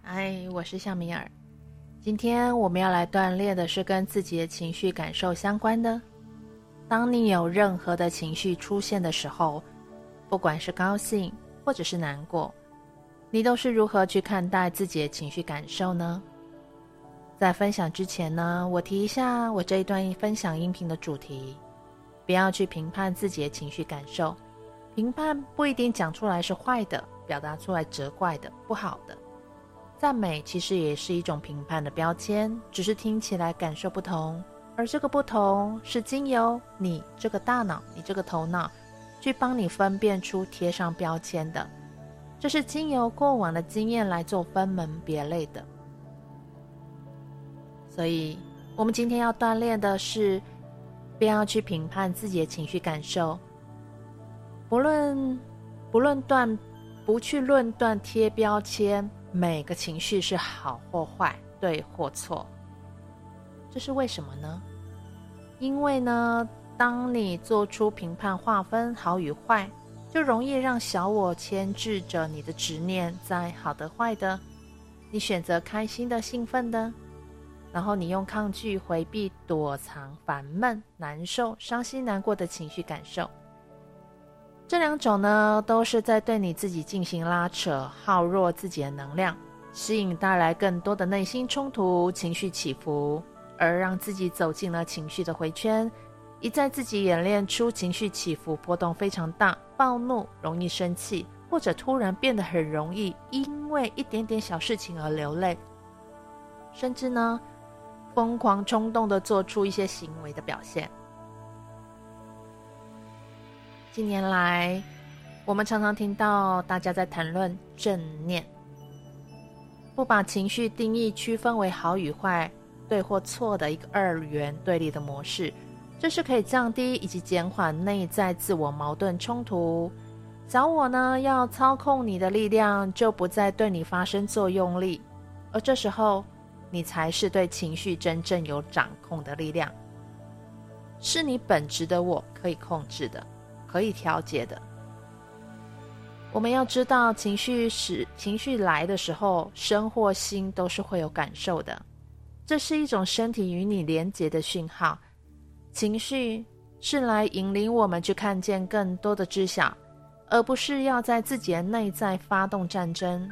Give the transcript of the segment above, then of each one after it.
嗨，我是夏米尔。今天我们要来锻炼的是跟自己的情绪感受相关的。当你有任何的情绪出现的时候，不管是高兴或者是难过，你都是如何去看待自己的情绪感受呢？在分享之前呢，我提一下我这一段分享音频的主题，不要去评判自己的情绪感受。评判不一定讲出来是坏的，表达出来责怪的，不好的。赞美其实也是一种评判的标签，只是听起来感受不同，而这个不同是经由你这个大脑，你这个头脑去帮你分辨出贴上标签的，这是经由过往的经验来做分门别类的。所以我们今天要锻炼的是不要去评判自己的情绪感受，不去论断贴标签每个情绪是好或坏，对或错。这是为什么呢？因为呢，当你做出评判划分好与坏，就容易让小我牵制着你的执念，在好的坏的，你选择开心的兴奋的，然后你用抗拒回避躲藏烦闷难受伤心难过的情绪感受。这两种呢，都是在对你自己进行拉扯，耗弱自己的能量，吸引带来更多的内心冲突、情绪起伏，而让自己走进了情绪的回圈，一再自己演练出情绪起伏波动非常大，暴怒、容易生气，或者突然变得很容易因为一点点小事情而流泪，甚至呢，疯狂冲动地做出一些行为的表现。近年来，我们常常听到大家在谈论正念，不把情绪定义区分为好与坏、对或错的一个二元对立的模式，这是可以降低以及减缓内在自我矛盾冲突。小我呢，要操控你的力量，就不再对你发生作用力，而这时候，你才是对情绪真正有掌控的力量，是你本质的我可以控制的。可以调节的。我们要知道情绪来的时候，身或心都是会有感受的，这是一种身体与你连结的讯号。情绪是来引领我们去看见更多的知晓，而不是要在自己的内在发动战争。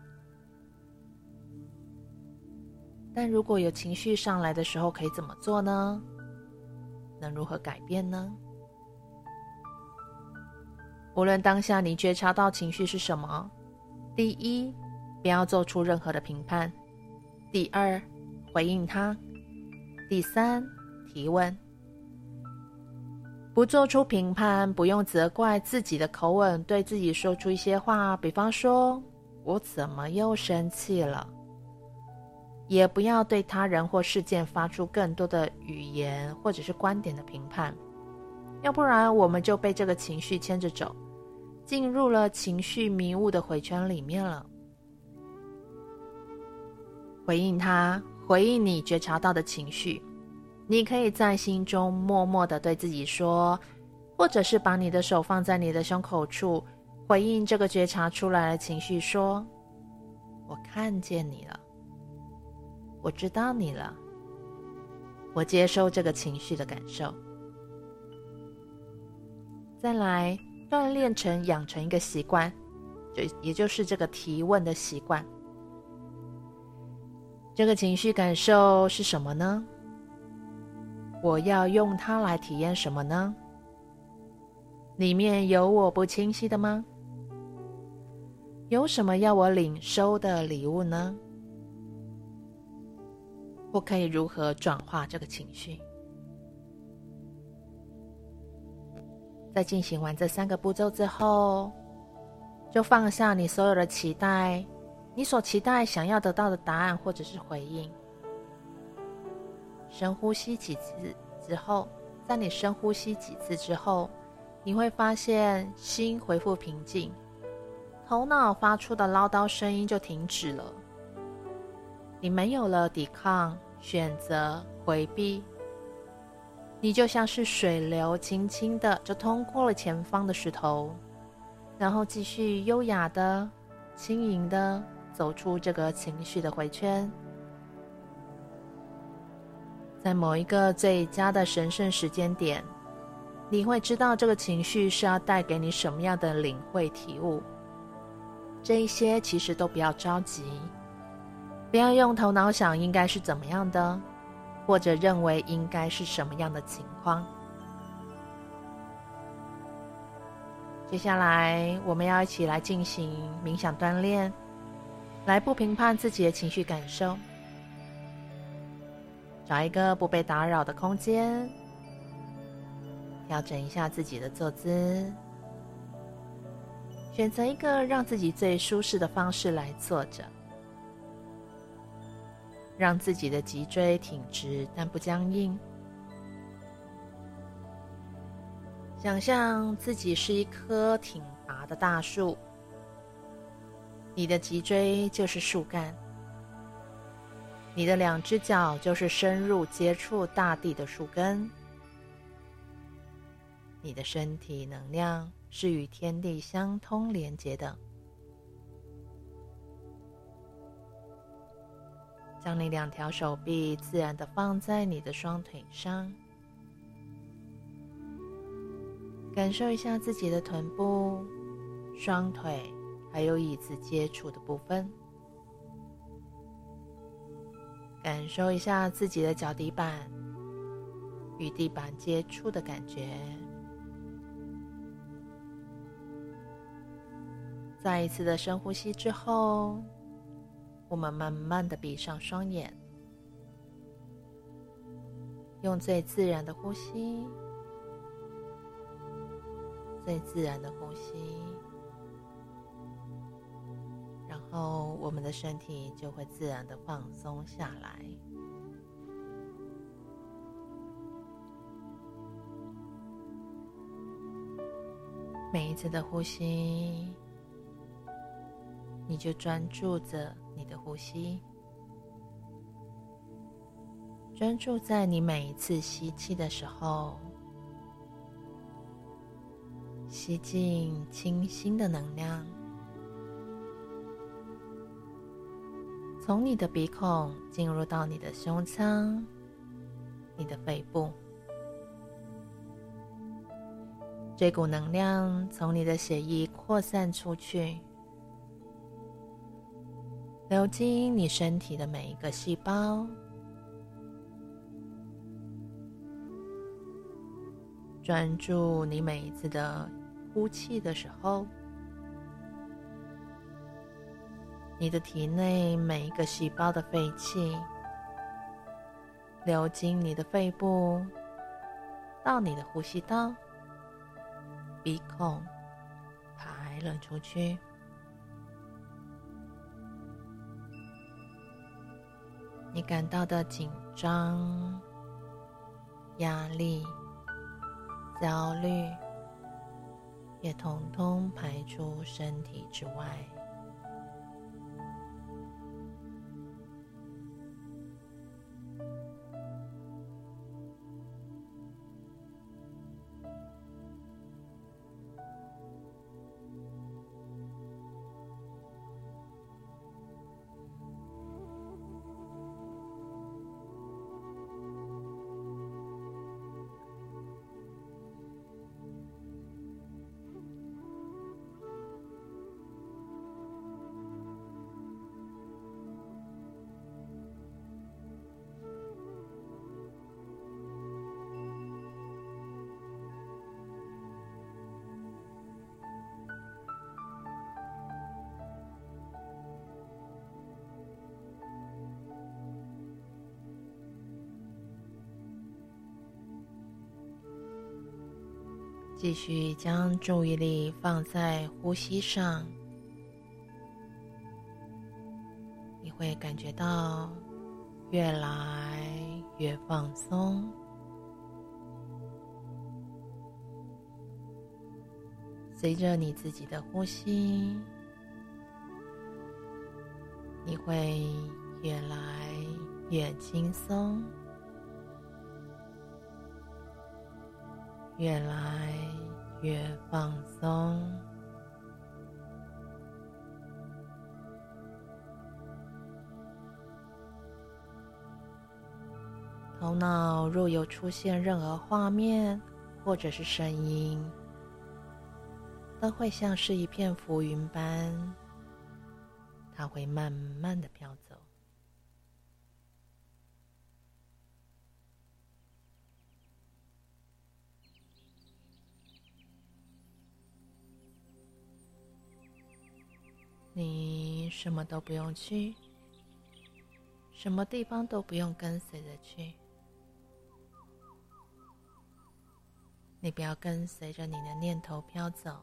但如果有情绪上来的时候，可以怎么做呢？能如何改变呢？无论当下你觉察到情绪是什么，第一，不要做出任何的评判；第二，回应它；第三，提问。不做出评判，不用责怪自己的口吻对自己说出一些话，比方说我怎么又生气了，也不要对他人或事件发出更多的语言或者是观点的评判，要不然我们就被这个情绪牵着走，进入了情绪迷雾的回圈里面了。回应它，回应你觉察到的情绪，你可以在心中默默地对自己说，或者是把你的手放在你的胸口处，回应这个觉察出来的情绪说，我看见你了，我知道你了，我接受这个情绪的感受。再来锻炼养成一个习惯，也就是这个提问的习惯。这个情绪感受是什么呢？我要用它来体验什么呢？里面有我不清晰的吗？有什么要我领收的礼物呢？我可以如何转化这个情绪？在进行完这3个步骤之后，就放下你所有的期待，你所期待想要得到的答案或者是回应。深呼吸几次之后，在你深呼吸几次之后，你会发现心恢复平静，头脑发出的唠叨声音就停止了，你没有了抵抗、选择、回避，你就像是水流轻轻的就通过了前方的石头，然后继续优雅的、轻盈的走出这个情绪的回圈。在某一个最佳的神圣时间点，你会知道这个情绪是要带给你什么样的领会体悟。这一些其实都不要着急，不要用头脑想应该是怎么样的，或者认为应该是什么样的情况。接下来我们要一起来进行冥想锻炼，来不评判自己的情绪感受，找一个不被打扰的空间，调整一下自己的坐姿，选择一个让自己最舒适的方式来坐着，让自己的脊椎挺直但不僵硬。想象自己是一棵挺拔的大树，你的脊椎就是树干，你的2只脚就是深入接触大地的树根，你的身体能量是与天地相通连接的。将你2条手臂自然地放在你的双腿上，感受一下自己的臀部、双腿还有椅子接触的部分，感受一下自己的脚底板与地板接触的感觉。再一次的深呼吸之后，我们慢慢的闭上双眼，用最自然的呼吸，最自然的呼吸，然后我们的身体就会自然的放松下来。每一次的呼吸，你就专注着你的呼吸，专注在你每一次吸气的时候，吸进清新的能量，从你的鼻孔进入到你的胸腔、你的肺部。这股能量从你的血液扩散出去，流经你身体的每一个细胞，专注你每一次的呼气的时候，你的体内每一个细胞的废气流经你的肺部，到你的呼吸道、鼻孔排了出去。你感到的紧张、压力、焦虑也统统排出身体之外。继续将注意力放在呼吸上，你会感觉到越来越放松。随着你自己的呼吸，你会越来越轻松，越来越放松。 头脑若有出现任何画面或者是声音，都会像是一片浮云般，它会慢慢的飘走。你什么都不用去，什么地方都不用跟随着去，你不要跟随着你的念头飘走。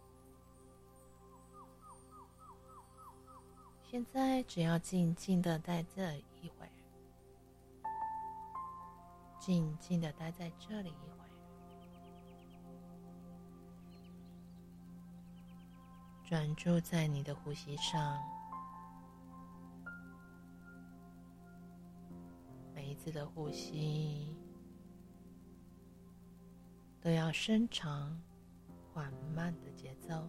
现在只要静静的待这一会儿，静静的待在这里一会儿，专注在你的呼吸上，每一次的呼吸都要深长、缓慢的节奏。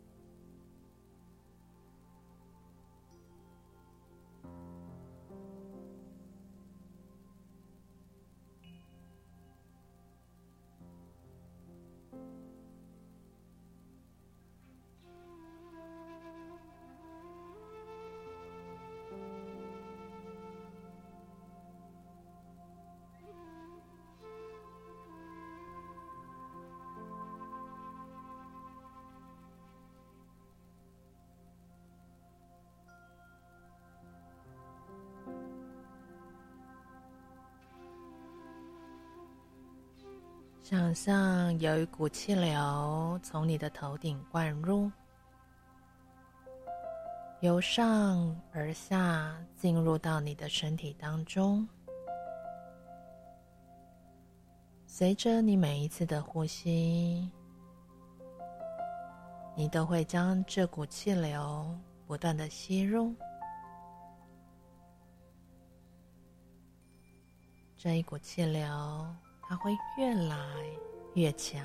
想象有一股气流从你的头顶灌入，由上而下进入到你的身体当中。随着你每一次的呼吸，你都会将这股气流不断的吸入。这一股气流它会越来越强，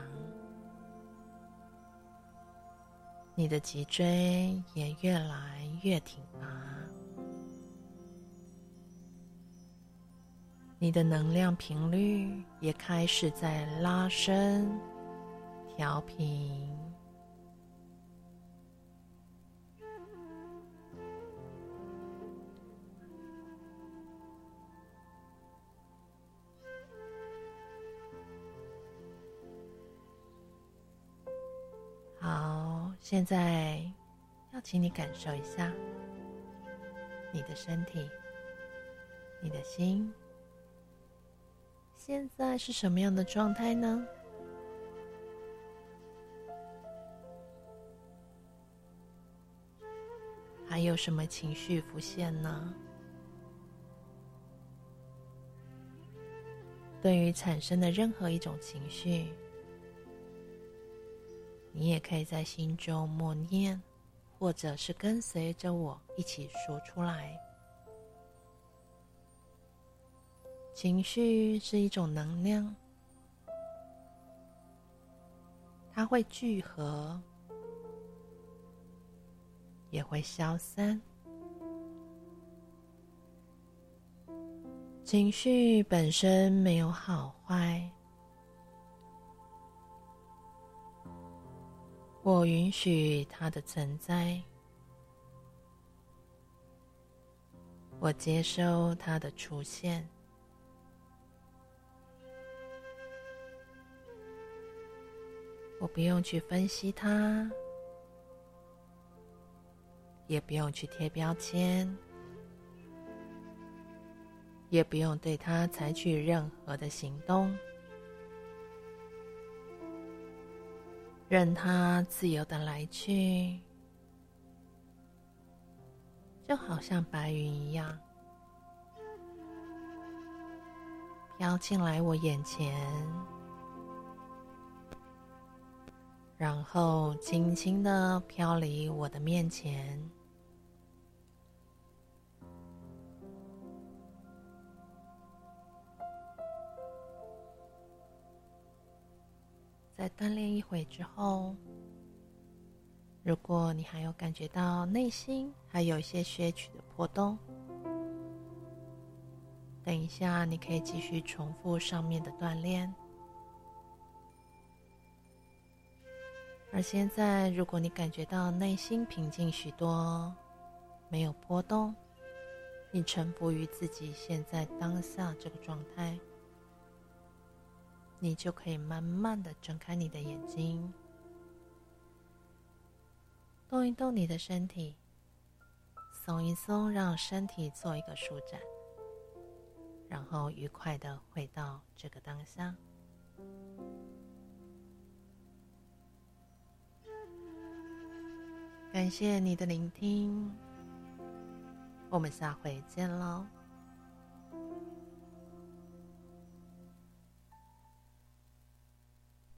你的脊椎也越来越挺拔，你的能量频率也开始在拉伸、调平。好，现在要请你感受一下你的身体，你的心，现在是什么样的状态呢？还有什么情绪浮现呢？对于产生的任何一种情绪，你也可以在心中默念，或者是跟随着我一起说出来。情绪是一种能量，它会聚合，也会消散。情绪本身没有好坏，我允许它的存在，我接受它的出现。我不用去分析它，也不用去贴标签，也不用对它采取任何的行动，任它自由的来去，就好像白云一样，飘进来我眼前，然后轻轻地飘离我的面前。在锻炼一会之后，如果你还有感觉到内心还有一些些许的波动， 等一下你可以继续重复上面的锻炼。而现在，如果你感觉到内心平静许多，没有波动，你臣服于自己现在当下这个状态，你就可以慢慢的睁开你的眼睛，动一动你的身体，松一松，让身体做一个舒展，然后愉快的回到这个当下。感谢你的聆听，我们下回见喽。